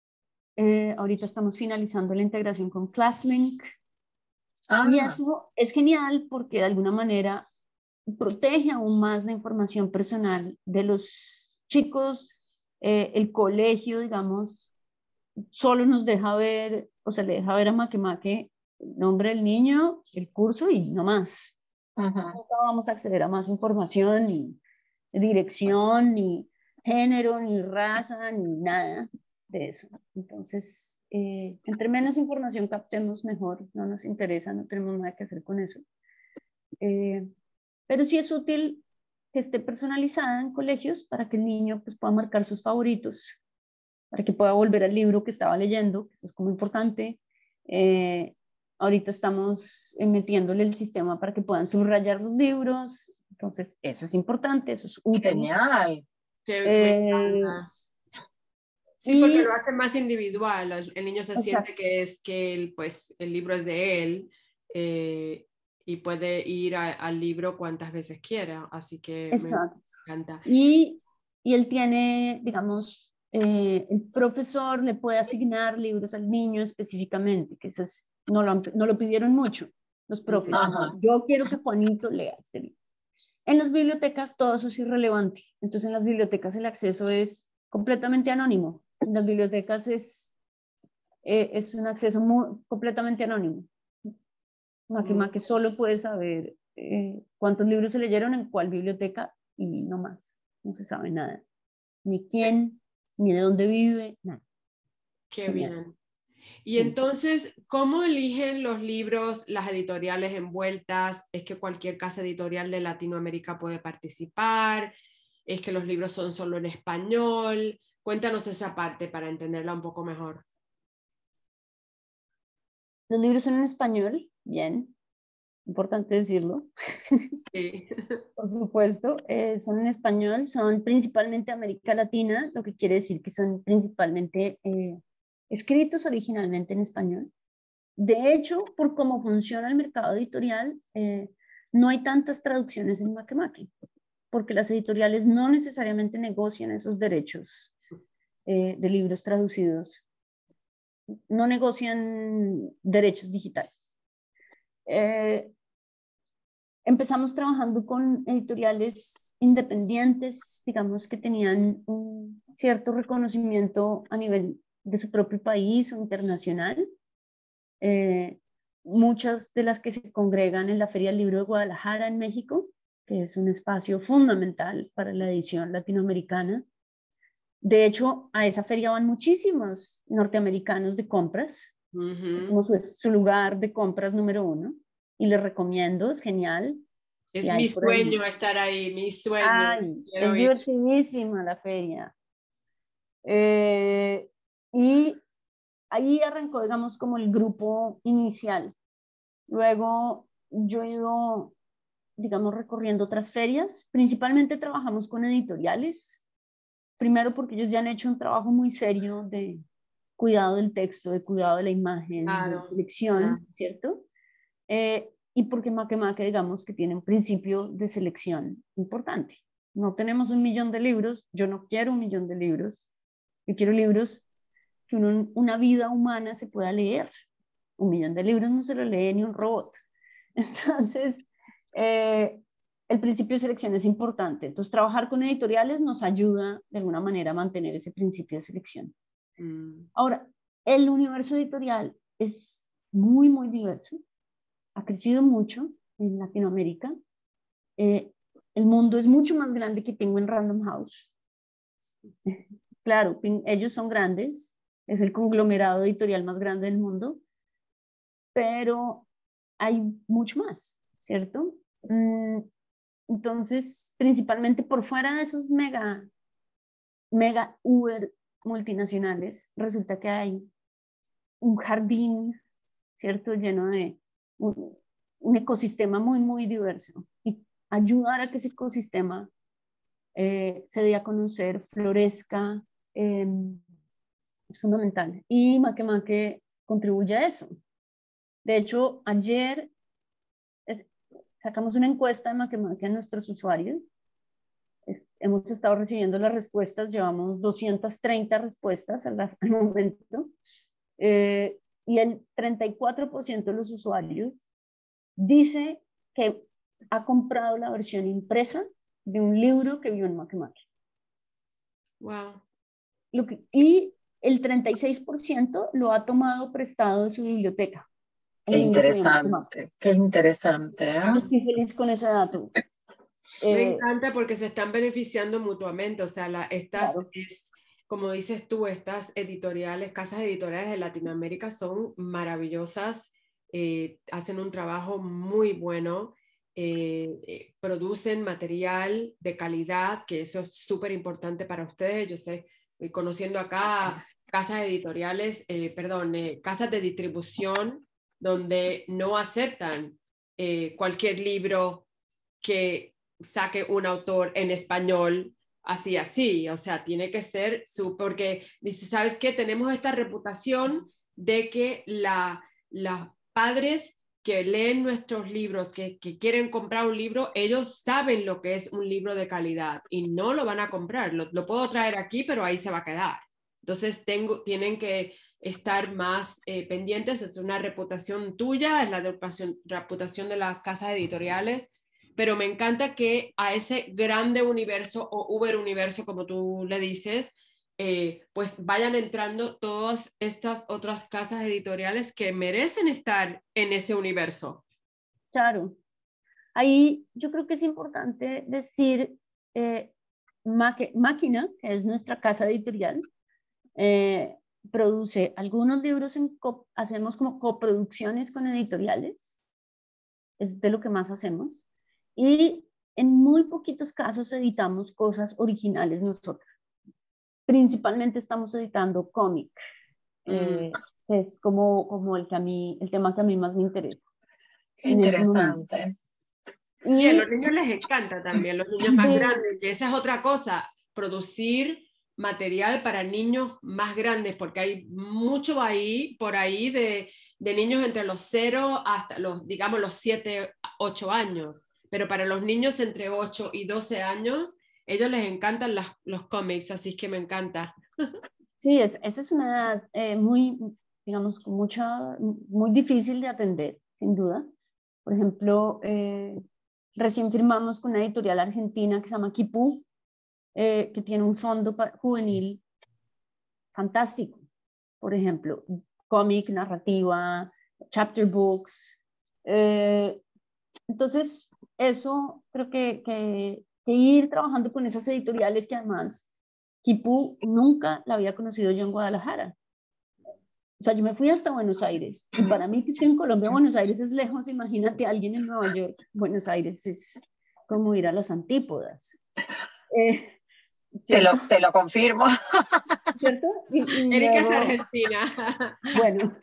eh, ahorita estamos finalizando la integración con ClassLink, Ah, y eso es genial porque de alguna manera protege aún más la información personal de los chicos. Eh, el colegio, digamos, solo nos deja ver, o sea, le deja ver a Makemake el nombre del niño, el curso y no más. ujú. Nunca vamos a acceder a más información, ni dirección, ni género, ni raza, ni nada de eso. Entonces, eh, entre menos información captemos, mejor. No nos interesa, no tenemos nada que hacer con eso. Eh, pero sí es útil que esté personalizada en colegios para que el niño pues, pueda marcar sus favoritos, para que pueda volver al libro que estaba leyendo, que eso es como importante. Eh, ahorita estamos eh, metiéndole el sistema para que puedan subrayar los libros, entonces eso es importante, eso es útil. Genial. Que me Eh, encanta. Sí, porque lo y, hace más individual. El, el niño se siente exacto, que es que el, pues, el libro es de él eh, y puede ir a- al libro cuantas veces quiera. Así que me exacto. encanta. Y, y él tiene, digamos, eh, el profesor le puede asignar libros al niño específicamente, que eso es, no lo, han- no lo pidieron mucho los profes, Ujú. Ajá. como yo quiero que Juanito lea este libro. En las bibliotecas todo eso es irrelevante. Entonces en las bibliotecas el acceso es completamente anónimo. En las bibliotecas es, eh, es un acceso muy, completamente anónimo. Makemake solo puede saber eh, cuántos libros se leyeron en cuál biblioteca y no más. No se sabe nada. Ni quién, ni de dónde vive, nada. Qué Genial. bien. Y Sí. entonces, ¿cómo eligen los libros, las editoriales envueltas? ¿Es que cualquier casa editorial de Latinoamérica puede participar? ¿Es que los libros son solo en español? Cuéntanos esa parte para entenderla un poco mejor. Los libros son en español, bien, importante decirlo. Sí. Por supuesto, eh, son en español, son principalmente América Latina, lo que quiere decir que son principalmente eh, escritos originalmente en español. De hecho, por cómo funciona el mercado editorial, eh, no hay tantas traducciones en Makemake, porque las editoriales no necesariamente negocian esos derechos eh, de libros traducidos, no negocian derechos digitales. Eh, Empezamos trabajando con editoriales independientes, digamos que tenían un cierto reconocimiento a nivel de su propio país o internacional. Eh, muchas de las que se congregan en la Feria del Libro de Guadalajara en México, que es un espacio fundamental para la edición latinoamericana. De hecho, a esa feria van muchísimos norteamericanos de compras. Uh-huh. Es como su, su lugar de compras número uno. Y les recomiendo, es genial. Es Si mi hay por ahí. sueño estar ahí, mi sueño. Ay, Quiero es ir. divertidísima la feria. Eh, y ahí arrancó, digamos, como el grupo inicial. Luego yo he ido, digamos, recorriendo otras ferias. Principalmente trabajamos con editoriales. Primero porque ellos ya han hecho un trabajo muy serio de cuidado del texto, de cuidado de la imagen, de Claro, selección, claro. ¿cierto? Eh, y porque Makemake, digamos, que tiene un principio de selección importante. No tenemos un millón de libros, yo no quiero un millón de libros, yo quiero libros que uno, una vida humana se pueda leer. Un millón de libros no se lo lee ni un robot. Entonces, eh, el principio de selección es importante. Entonces, trabajar con editoriales nos ayuda de alguna manera a mantener ese principio de selección. Mm. Ahora, el universo editorial es muy, muy diverso. ha crecido mucho en Latinoamérica. Eh, el mundo es mucho más grande que Penguin Random House. Claro, ellos son grandes, es el conglomerado editorial más grande del mundo, pero hay mucho más, ¿cierto? Mm, entonces, principalmente por fuera de esos mega, mega Uber multinacionales, resulta que hay un jardín, ¿cierto? Lleno de un, un ecosistema muy, muy diverso. Y ayudar a que ese ecosistema eh, se dé a conocer, florezca, eh, es fundamental. Y Makemake contribuye a eso. De hecho, ayer eh, sacamos una encuesta de Makemake a nuestros usuarios. Es, hemos estado recibiendo las respuestas, llevamos doscientas treinta respuestas al, al momento. Eh, y el treinta y cuatro por ciento de los usuarios dice que ha comprado la versión impresa de un libro que vio en Makemake. Wow. Lo que, y el treinta y seis por ciento lo ha tomado prestado de su biblioteca. Qué interesante, qué interesante. ¿eh? Estoy feliz con ese dato. Me Eh, encanta porque se están beneficiando mutuamente, o sea, la, estas, claro. es, como dices tú, estas editoriales, casas editoriales de Latinoamérica son maravillosas, eh, hacen un trabajo muy bueno, eh, eh, producen material de calidad, que eso es súper importante para ustedes. Yo sé, conociendo acá casas editoriales, eh, perdón, eh, casas de distribución donde no aceptan eh, cualquier libro que saque un autor en español así, así, o sea, tiene que ser su, porque dice, ¿sabes qué? Tenemos esta reputación de que la, los padres que leen nuestros libros, que, que quieren comprar un libro, ellos saben lo que es un libro de calidad y no lo van a comprar. Lo, lo puedo traer aquí, pero ahí se va a quedar. Entonces tengo, tienen que estar más eh, pendientes. Es una reputación tuya, es la reputación, reputación de las casas editoriales, pero me encanta que a ese grande universo o Uber universo, como tú le dices, eh, pues vayan entrando todas estas otras casas editoriales que merecen estar en ese universo. Claro. Ahí yo creo que es importante decir, eh, Máquina, que es nuestra casa editorial, eh, produce algunos libros, en co hacemos como coproducciones con editoriales, es de lo que más hacemos, y en muy poquitos casos editamos cosas originales nosotros. Principalmente estamos editando cómic, eh, mm. que es como, como el, que a mí, el tema que a mí más me interesa. Qué interesante. Sí, a los niños les encanta también, los niños más sí. grandes, que esa es otra cosa, producir material para niños más grandes, porque hay mucho ahí, por ahí, de, de niños entre los cero hasta los, digamos, los siete, ocho años. Pero para los niños entre ocho y doce años, ellos les encantan las, los cómics, así es que me encanta. Sí, es, esa es una edad eh, muy, digamos, mucha, muy difícil de atender, sin duda. Por ejemplo, eh, recién firmamos con una editorial argentina que se llama Kipú, eh, que tiene un fondo juvenil fantástico. Por ejemplo, cómic, narrativa, chapter books. Eh, entonces, eso creo que, que, que ir trabajando con esas editoriales que además Kipú nunca la había conocido yo en Guadalajara. O sea, yo me fui hasta Buenos Aires y para mí que estoy en Colombia, Buenos Aires es lejos, imagínate a alguien en Nueva York, Buenos Aires es como ir a las antípodas. Eh, te, lo, te lo confirmo. ¿Cierto? Y, y Erika luego, es argentina. Bueno.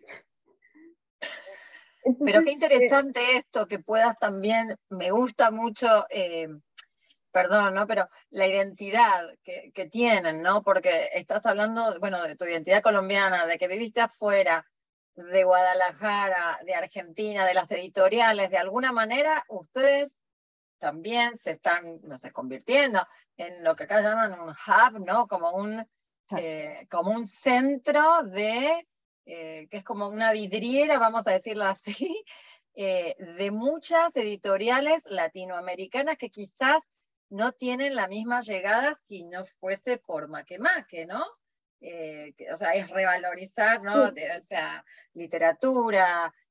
Entonces, pero qué interesante eh, esto, que puedas también, me gusta mucho, eh, perdón, ¿no? Pero la identidad que, que tienen, ¿no? Porque estás hablando, bueno, de tu identidad colombiana, de que viviste afuera, de Guadalajara, de Argentina, de las editoriales, de alguna manera ustedes también se están, no sé, convirtiendo en lo que acá llaman un hub, ¿no? Como un, eh, como un centro de, eh, que es como una vidriera, vamos a decirlo así, eh, de muchas editoriales latinoamericanas que quizás no tienen la misma llegada si no fuese por Makemake, ¿no? Eh, que, o sea, es revalorizar, ¿no? De, o sea, literatura,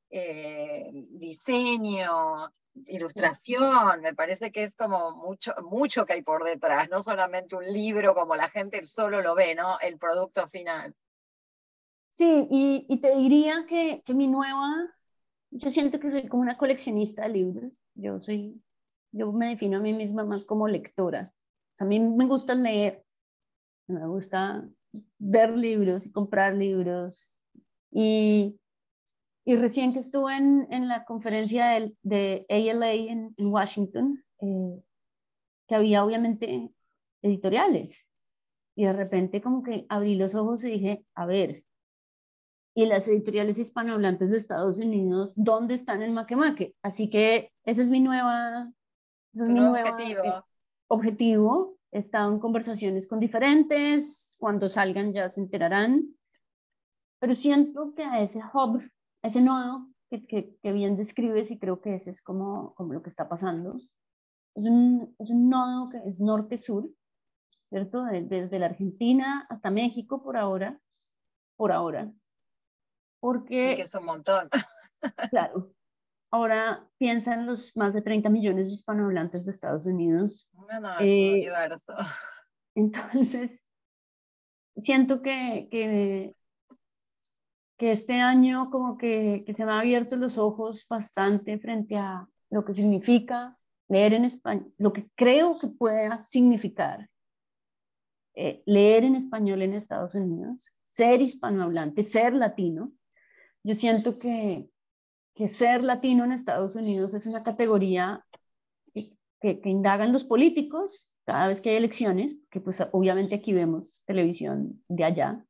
eh, diseño, ilustración, me parece que es como mucho, mucho que hay por detrás, no solamente un libro como la gente solo lo ve, ¿no? El producto final. Sí, y, y te diría que, que mi nueva, yo siento que soy como una coleccionista de libros, yo soy, yo me defino a mí misma más como lectora. A mí me gusta leer, me gusta ver libros y comprar libros. Y, y recién que estuve en, en la conferencia del, de A L A en, en Washington, eh, que había obviamente editoriales. Y de repente como que abrí los ojos y dije, a ver, y las editoriales hispanohablantes de Estados Unidos, ¿dónde están en Makemake? Así que ese es mi nueva, ese es Tu mi nuevo nueva objetivo. eh, objetivo. He estado en conversaciones con diferentes, cuando salgan ya se enterarán, pero siento que a ese hub, a ese nodo que, que, que bien describes, y creo que ese es como, como lo que está pasando, es un, es un nodo que es norte-sur, ¿cierto? Desde la Argentina hasta México por ahora, por ahora, Y que porque, es un montón. claro, ahora piensa en los más de treinta millones de hispanohablantes de Estados Unidos. No, no, es un Eh, universo. entonces, siento que, que, que este año como que, que se me han abierto los ojos bastante frente a lo que significa leer en español, lo que creo que pueda significar eh, leer en español en Estados Unidos, ser hispanohablante, ser latino. Yo siento que, que ser latino en Estados Unidos es una categoría que, que, que indagan los políticos cada vez que hay elecciones, que pues obviamente aquí vemos televisión de allá.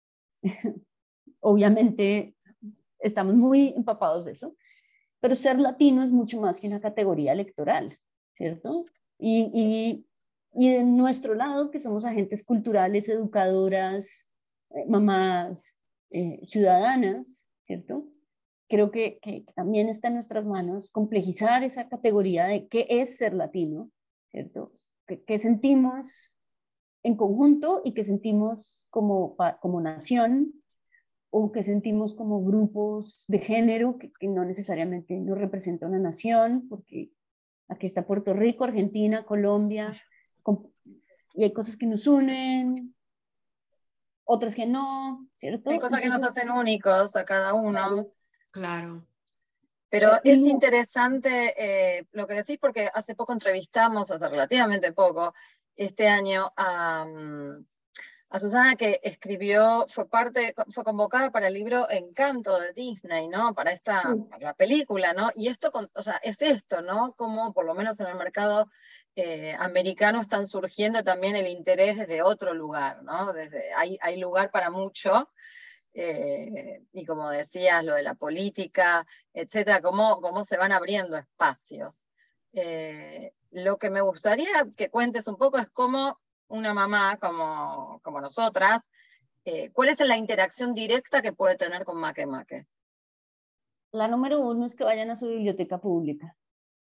Obviamente estamos muy empapados de eso, pero ser latino es mucho más que una categoría electoral, ¿cierto? Y, y, y de nuestro lado, que somos agentes culturales, educadoras, eh, mamás, eh, ciudadanas, ¿cierto? Creo que, que también está en nuestras manos complejizar esa categoría de qué es ser latino, ¿cierto? ¿Qué, qué sentimos en conjunto y qué sentimos como, como nación, o que sentimos como grupos de género que, que no necesariamente nos representa una nación, porque aquí está Puerto Rico, Argentina, Colombia, con, y hay cosas que nos unen, otras que no, Hay ¿cierto? cosas que nos hacen Entonces, únicos a cada uno. claro, Claro. Pero eh, es y, interesante eh, lo que decís, porque hace poco entrevistamos, hace relativamente poco, este año, a, mm, a Susana, que escribió, fue parte, fue convocada para el libro Encanto de Disney, ¿no? Para esta, sí, para la película, ¿no? Y esto, o sea, es esto, ¿no? Como por lo menos en el mercado eh, americano están surgiendo también el interés desde otro lugar, ¿no? Desde, hay, hay lugar para mucho. Eh, y como decías, lo de la política, etcétera, cómo, cómo se van abriendo espacios. Eh, lo que me gustaría que cuentes un poco es cómo una mamá como, como nosotras, eh, ¿cuál es la interacción directa que puede tener con Makemake? la número uno es que vayan a su biblioteca pública.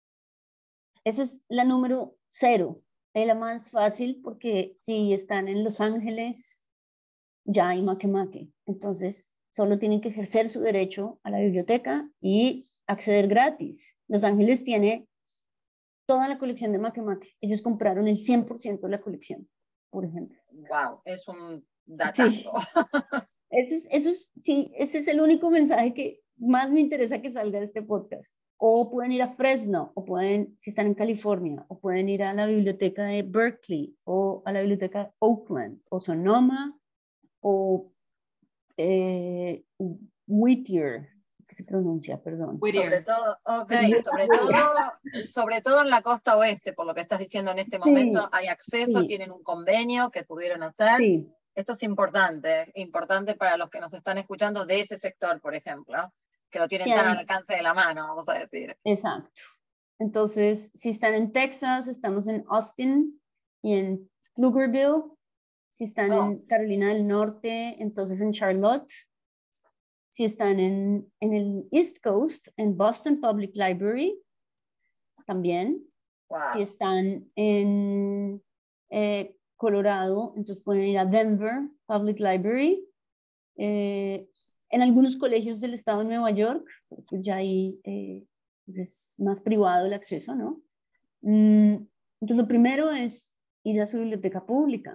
Esa es la número cero, es la más fácil, porque si están en Los Ángeles, ya hay Makemake. Entonces, solo tienen que ejercer su derecho a la biblioteca y acceder gratis. Los Ángeles tiene toda la colección de Makemake. Ellos compraron el cien por ciento de la colección, por ejemplo. Wow, es un Sí, datazo. ese es, eso es, sí, ese es el único mensaje que más me interesa que salga de este podcast. O pueden ir a Fresno, o pueden, si están en California, o pueden ir a la biblioteca de Berkeley, o a la biblioteca de Oakland, o Sonoma, o eh, Whittier, que se pronuncia, perdón. Sobre Whittier. todo, ok, sobre todo, sobre todo en la costa oeste, por lo que estás diciendo en este momento, Sí, hay acceso, sí, tienen un convenio que pudieron hacer. sí. Esto es importante, importante para los que nos están escuchando de ese sector, por ejemplo, que lo Sí, tienen tan al hay, alcance de la mano, vamos a decir. exacto. Entonces, si están en Texas, estamos en Austin y en Pflugerville. Si están Oh, en Carolina del Norte, entonces en Charlotte. Si están en, en el East Coast, en Boston Public Library, también. Si wow. están en eh, Colorado, entonces pueden ir a Denver Public Library. Eh, en algunos colegios del estado de Nueva York, pues ya ahí eh, pues es más privado el acceso, ¿no? Mm, entonces, lo primero es ir a su biblioteca pública.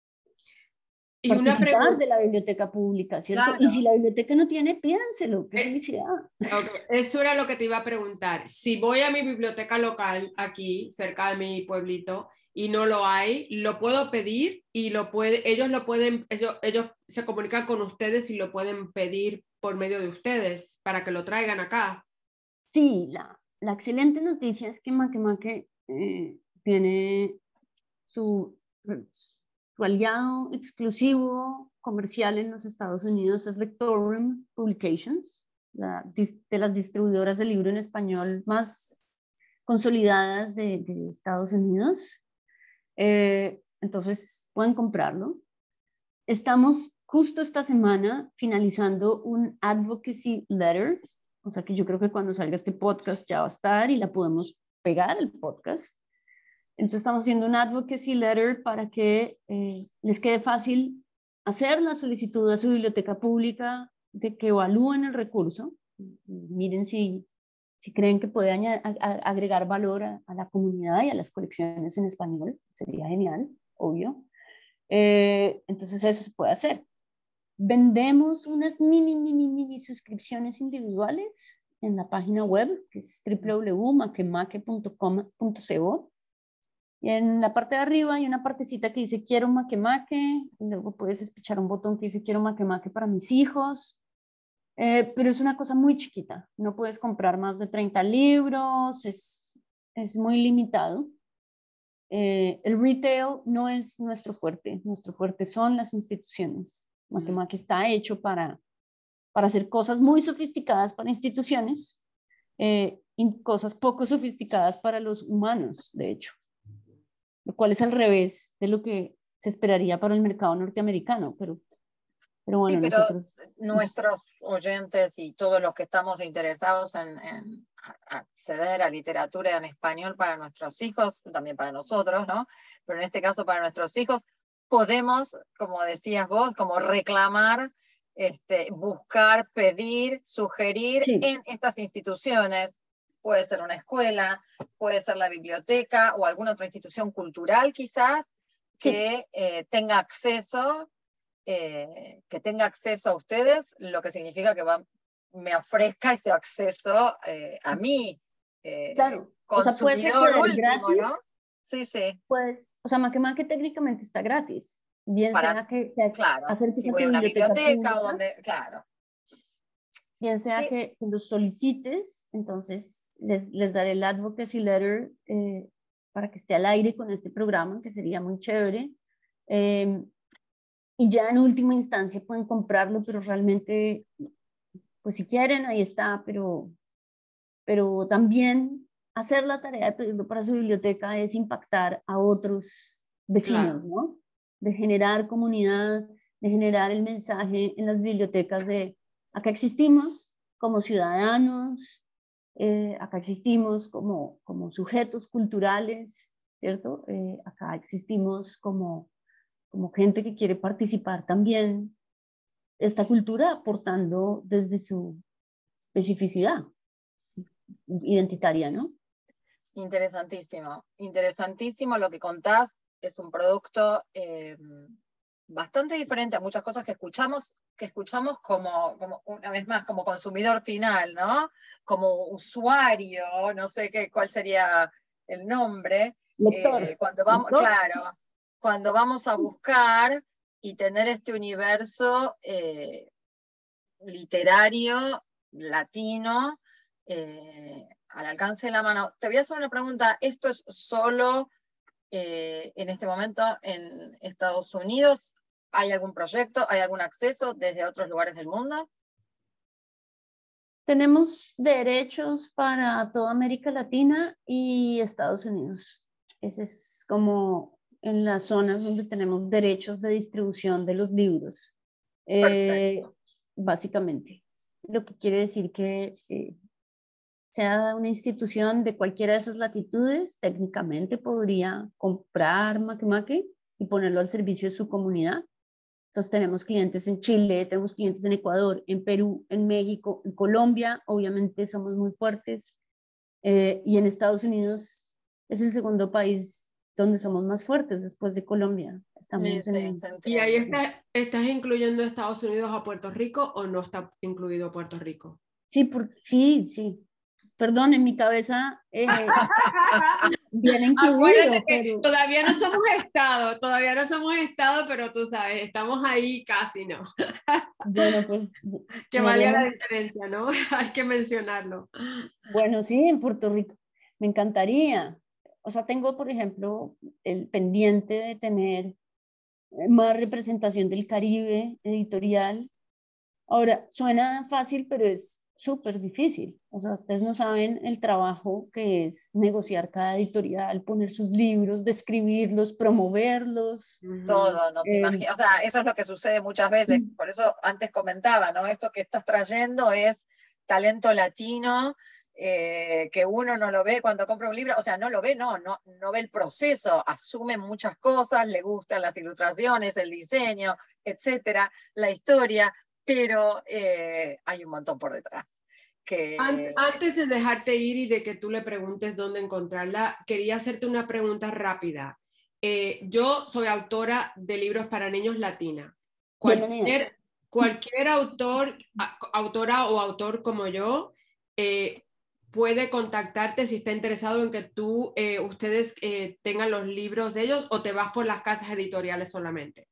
Y una Participar pregunta. de la biblioteca pública, ¿cierto? Claro. Y si la biblioteca no tiene, pídanselo, qué Eh, felicidad. Okay. Eso era lo que te iba a preguntar. Si voy a mi biblioteca local aquí, cerca de mi pueblito, y no lo hay, lo puedo pedir y lo puede, ellos lo pueden, ellos, ellos se comunican con ustedes y lo pueden pedir por medio de ustedes para que lo traigan acá. Sí, la, la excelente noticia es que Makemake eh, tiene su, su aliado exclusivo comercial en los Estados Unidos, es Lectorium Publications, la, de las distribuidoras de libro en español más consolidadas de, de Estados Unidos. Eh, entonces pueden comprarlo. Estamos justo esta semana finalizando un advocacy letter, o sea que yo creo que cuando salga este podcast ya va a estar y la podemos pegar al podcast. Entonces estamos haciendo un advocacy letter para que eh, les quede fácil hacer la solicitud a su biblioteca pública de que evalúen el recurso. Miren si, si creen que puede añadir, agregar valor a, a la comunidad y a las colecciones en español. Sería genial, obvio. Eh, entonces eso se puede hacer. Vendemos unas mini, mini, mini suscripciones individuales en la página web, que es w w w punto makemake punto com punto co. Y en la parte de arriba hay una partecita que dice quiero Makemake, luego puedes espichar un botón que dice quiero Makemake para mis hijos, eh, pero es una cosa muy chiquita, no puedes comprar más de treinta libros, es, es muy limitado. Eh, el retail no es nuestro fuerte, nuestro fuerte son las instituciones. Makemake está hecho para, para hacer cosas muy sofisticadas para instituciones eh, y cosas poco sofisticadas para los humanos, de hecho. Lo cual es al revés de lo que se esperaría para el mercado norteamericano, pero, pero bueno, sí, pero nosotros... nuestros oyentes y todos los que estamos interesados en, en acceder a literatura en español para nuestros hijos, también para nosotros, ¿no? Pero en este caso para nuestros hijos, podemos, como decías vos, como reclamar, este, buscar, pedir, sugerir Sí. en estas instituciones. Puede ser una escuela, puede ser la biblioteca o alguna otra institución cultural quizás que sí. eh, tenga acceso, eh, que tenga acceso a ustedes, lo que significa que va, me ofrezca ese acceso eh, a mí, eh, claro. consumidor, o sea, puedes acceder último, gratis, ¿no? Sí, sí. Pues, o sea, Makemake técnicamente está gratis, bien Para, sea que te claro, acerques si a voy tu a una biblioteca biblioteca pública, o donde, claro. bien sea Sí. que lo solicites, entonces les, les daré el advocacy letter eh, para que esté al aire con este programa, que sería muy chévere. Eh, y ya en última instancia pueden comprarlo, pero realmente, pues si quieren, ahí está, pero, pero también hacer la tarea de pedirlo para su biblioteca es impactar a otros vecinos, Claro. ¿no? De generar comunidad, de generar el mensaje en las bibliotecas de acá existimos como ciudadanos, eh, acá existimos como, como sujetos culturales, ¿cierto? Eh, acá existimos como, como gente que quiere participar también esta cultura aportando desde su especificidad identitaria, ¿no? Interesantísimo, interesantísimo lo que contás. Es un producto eh, bastante diferente a muchas cosas que escuchamos, que escuchamos como, como, una vez más, como consumidor final, ¿no? Como usuario, no sé qué, cuál sería el nombre. Lector. Eh, cuando vamos, Lector. claro, cuando vamos a buscar y tener este universo eh, literario, latino, eh, al alcance de la mano. Te voy a hacer una pregunta. ¿Esto es solo eh, en este momento en Estados Unidos? ¿Hay algún proyecto? ¿Hay algún acceso desde otros lugares del mundo? Tenemos derechos para toda América Latina y Estados Unidos. Ese es como en las zonas donde tenemos derechos de distribución de los libros. Eh, básicamente. Lo que quiere decir que eh, sea una institución de cualquiera de esas latitudes, técnicamente podría comprar Makemake y ponerlo al servicio de su comunidad. Entonces tenemos clientes en Chile, tenemos clientes en Ecuador, en Perú, en México, en Colombia, obviamente somos muy fuertes. Eh, y en Estados Unidos es el segundo país donde somos más fuertes después de Colombia. Estamos Sí, sí, en... se ¿Y ahí entiende. está, estás incluyendo Estados Unidos a Puerto Rico o no está incluido Puerto Rico? Sí, por... sí, sí. Perdón, en mi cabeza eh, viene incluido, Acuérdate que pero... todavía no somos Estado, todavía no somos Estado, pero tú sabes, estamos ahí casi, ¿no? Bueno, pues Que valga la miremos. diferencia, ¿no? Hay que mencionarlo. Bueno, sí, en Puerto Rico. Me encantaría. O sea, tengo, por ejemplo, el pendiente de tener más representación del Caribe editorial. Ahora, suena fácil, pero es súper difícil. O sea, ustedes no saben el trabajo que es negociar cada editorial, poner sus libros, describirlos, promoverlos. Ujú. Todo, nos Eh, imagina, o sea, eso es lo que sucede muchas veces, por eso antes comentaba, ¿no? Esto que estás trayendo es talento latino, eh, que uno no lo ve cuando compra un libro, o sea, no lo ve, no, no, no ve el proceso, asume muchas cosas, le gustan las ilustraciones, el diseño, etcétera, la historia, pero eh, hay un montón por detrás. Que... Antes de dejarte ir y de que tú le preguntes dónde encontrarla, quería hacerte una pregunta rápida. Eh, yo soy autora de libros para niños latina. bienvenida. Cualquier, cualquier autor, a- autora o autor como yo eh, puede contactarte si está interesado en que tú, eh, ustedes eh, tengan los libros de ellos, o te vas por las casas editoriales solamente.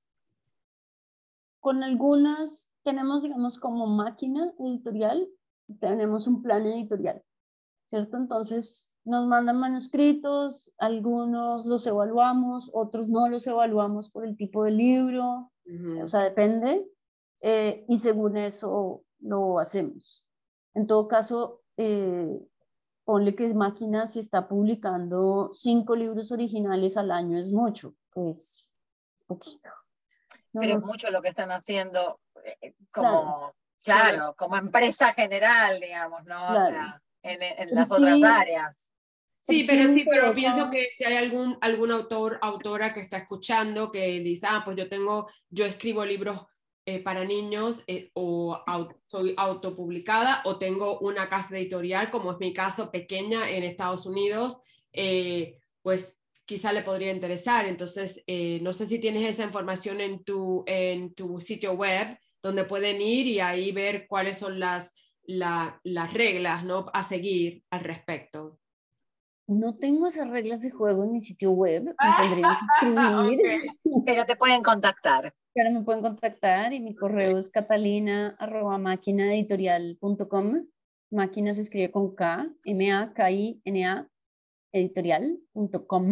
Con algunas tenemos, digamos, como máquina editorial, tenemos un plan editorial, ¿cierto? Entonces nos mandan manuscritos, algunos los evaluamos, otros no los evaluamos por el tipo de libro, Ujú. o sea, depende, eh, y según eso lo hacemos. En todo caso, eh, ponle que es máquina, si está publicando cinco libros originales al año es mucho, pues es poquito. No pero es nos, mucho lo que están haciendo eh, claro, como, Bueno, claro, como empresa general, digamos, ¿no? O claro. sea, en, en Pero las otras sí, áreas. pero sí, sí pero me sí, pero pienso interesa. que si hay algún, algún autor, autora que está escuchando que dice, ah, pues yo tengo, yo escribo libros eh, para niños eh, o au- soy autopublicada o tengo una casa editorial, como es mi caso, pequeña en Estados Unidos, eh, pues quizá le podría interesar. Entonces, eh, no sé si tienes esa información en tu, en tu sitio web, donde pueden ir y ahí ver cuáles son las, la, las reglas, ¿no?, a seguir al respecto. No tengo esas reglas de juego en mi sitio web, me tendrían que escribir, Ok. Pero te pueden contactar. pero me pueden contactar y mi correo es catalina arroba máquina editorial punto com. Máquina se escribe con K, M A K I N A, editorial punto com,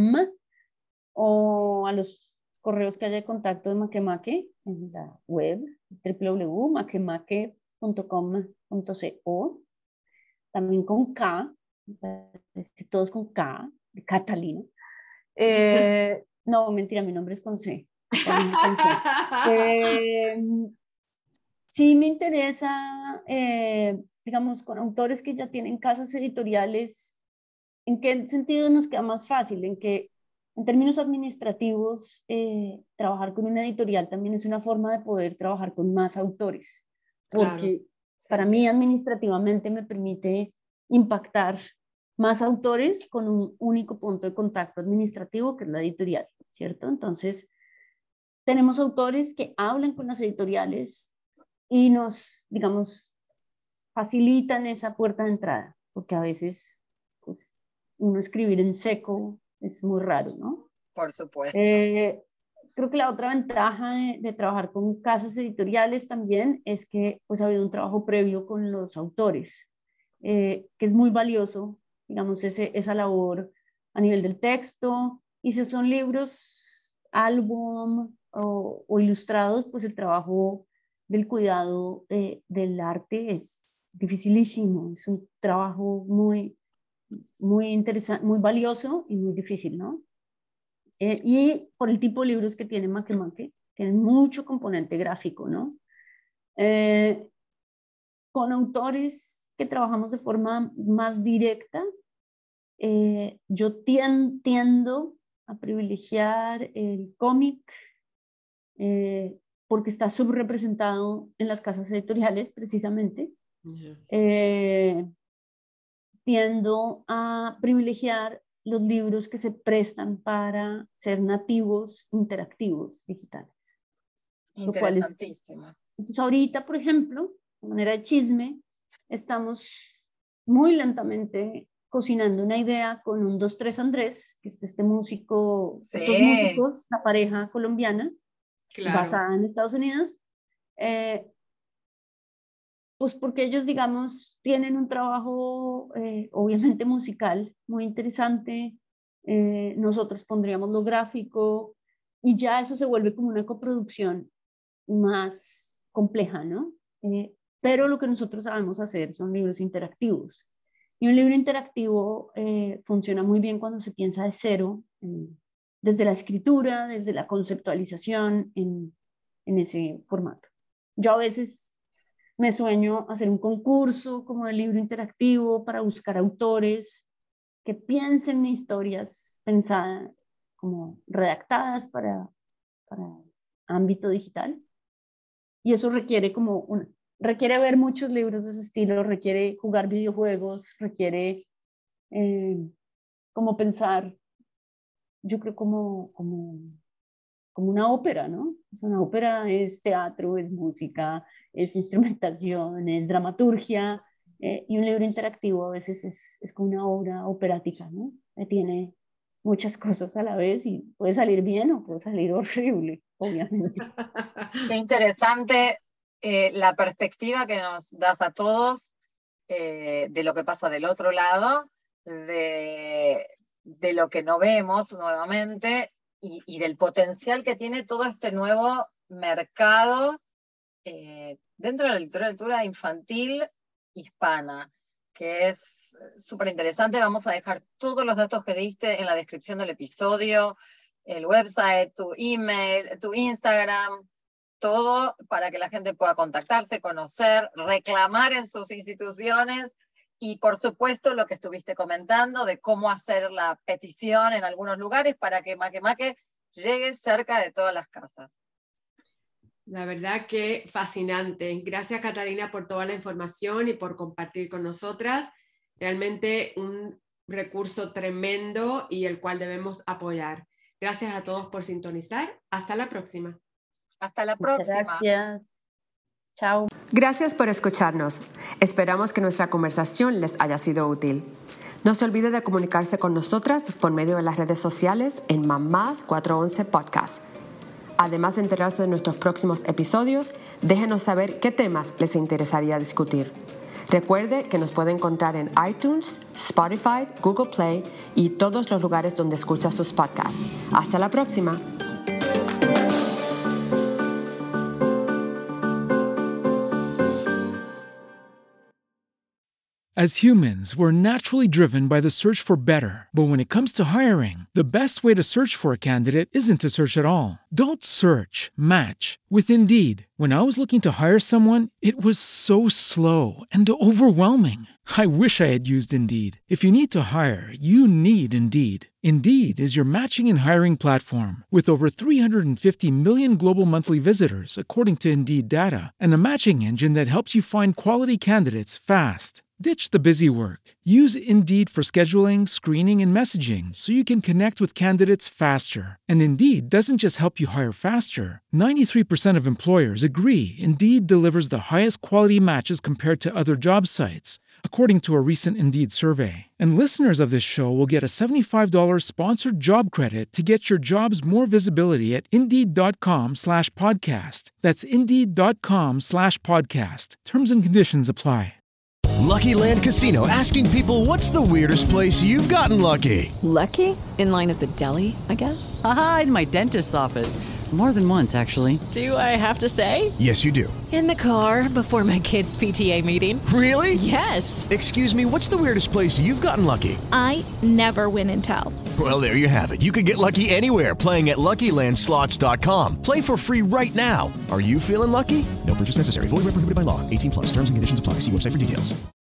o a los correos que haya de contacto de Makemake en la web, w w w punto makemake punto com punto co, también con K, todos con K, de Catalina. Eh, no, mentira, mi nombre es con C. Catalina con C. Eh, sí me interesa, eh, digamos, con autores que ya tienen casas editoriales. ¿En qué sentido nos queda más fácil? En que, en términos administrativos, eh, trabajar con una editorial también es una forma de poder trabajar con más autores, Claro, porque Se para mí entiende. administrativamente me permite impactar más autores con un único punto de contacto administrativo, que es la editorial, ¿cierto? Entonces, tenemos autores que hablan con las editoriales y nos, digamos, facilitan esa puerta de entrada, porque a veces, pues, uno escribir en seco es muy raro, ¿no? Por supuesto. Eh, creo que la otra ventaja de, de trabajar con casas editoriales también es que pues ha habido un trabajo previo con los autores, eh, que es muy valioso, digamos, ese, esa labor a nivel del texto, y si son libros, álbum o, o ilustrados, pues el trabajo del cuidado eh, del arte es dificilísimo, es un trabajo muy, muy interesante, muy valioso y muy difícil, ¿no? Eh, y por el tipo de libros que tiene Makemake, tienen mucho componente gráfico, ¿no? Eh, con autores que trabajamos de forma más directa, eh, yo tien, tiendo a privilegiar el cómic, eh, porque está subrepresentado en las casas editoriales precisamente. Yeah. Eh, tiendo a privilegiar los libros que se prestan para ser nativos interactivos digitales. Interesantísimo. Es, entonces ahorita, por ejemplo, de manera de chisme, estamos muy lentamente cocinando una idea con un dos tres Andrés, que es este músico, sí. estos músicos, la pareja colombiana, Claro. basada en Estados Unidos, eh, pues porque ellos, digamos, tienen un trabajo eh, obviamente musical muy interesante, eh, nosotros pondríamos lo gráfico y ya eso se vuelve como una coproducción más compleja, ¿no? Eh, pero lo que nosotros sabemos hacer son libros interactivos. Y un libro interactivo eh, funciona muy bien cuando se piensa de cero, eh, desde la escritura, desde la conceptualización, en, en ese formato. Yo a veces me sueño hacer un concurso como de libro interactivo para buscar autores que piensen historias pensadas, como redactadas para, para ámbito digital. Y eso requiere como una, requiere ver muchos libros de ese estilo, requiere jugar videojuegos, requiere eh, como pensar, yo creo como, como, como una ópera, ¿no? Es una ópera, es teatro, es música, es instrumentación, es dramaturgia, eh, y un libro interactivo a veces es, es como una obra operática, ¿no? Que tiene muchas cosas a la vez y puede salir bien o puede salir horrible, obviamente. Qué interesante eh, la perspectiva que nos das a todos eh, de lo que pasa del otro lado, de, de lo que no vemos nuevamente y, y del potencial que tiene todo este nuevo mercado eh, dentro de la literatura infantil hispana, que es súper interesante. Vamos a dejar todos los datos que diste en la descripción del episodio, el website, tu email, tu Instagram, todo para que la gente pueda contactarse, conocer, reclamar en sus instituciones y por supuesto lo que estuviste comentando de cómo hacer la petición en algunos lugares para que Makemake llegue cerca de todas las casas. La verdad que fascinante. Gracias, Catalina, por toda la información y por compartir con nosotras. Realmente un recurso tremendo y el cual debemos apoyar. Gracias a todos por sintonizar. Hasta la próxima. Hasta la próxima. Gracias. Chao. Gracias por escucharnos. Esperamos que nuestra conversación les haya sido útil. No se olvide de comunicarse con nosotras por medio de las redes sociales en Mamás cuatrocientos once Podcast. Además de enterarse de nuestros próximos episodios, déjenos saber qué temas les interesaría discutir. Recuerde que nos puede encontrar en iTunes, Spotify, Google Play y todos los lugares donde escucha sus podcasts. Hasta la próxima. As humans, we're naturally driven by the search for better. But when it comes to hiring, the best way to search for a candidate isn't to search at all. Don't search, match with Indeed. When I was looking to hire someone, it was so slow and overwhelming. I wish I had used Indeed. If you need to hire, you need Indeed. Indeed is your matching and hiring platform with over three hundred fifty million global monthly visitors, according to Indeed data, and a matching engine that helps you find quality candidates fast. Ditch the busy work. Use Indeed for scheduling, screening, and messaging so you can connect with candidates faster. And Indeed doesn't just help you hire faster. ninety-three percent of employers agree Indeed delivers the highest quality matches compared to other job sites, according to a recent Indeed survey. And listeners of this show will get a seventy-five dollars sponsored job credit to get your jobs more visibility at Indeed.com slash podcast. That's Indeed.com slash podcast. Terms and conditions apply. Lucky Land Casino, asking people, what's the weirdest place you've gotten lucky? Lucky? In line at the deli, I guess? Aha, in my dentist's office. More than once, actually. Do I have to say? Yes, you do. In the car before my kids' P T A meeting. Really? Yes. Excuse me, what's the weirdest place you've gotten lucky? I never win and tell. Well, there you have it. You can get lucky anywhere, playing at Lucky Land Slots dot com. Play for free right now. Are you feeling lucky? No purchase necessary. Void where prohibited by law. eighteen plus. Terms and conditions apply. See website for details.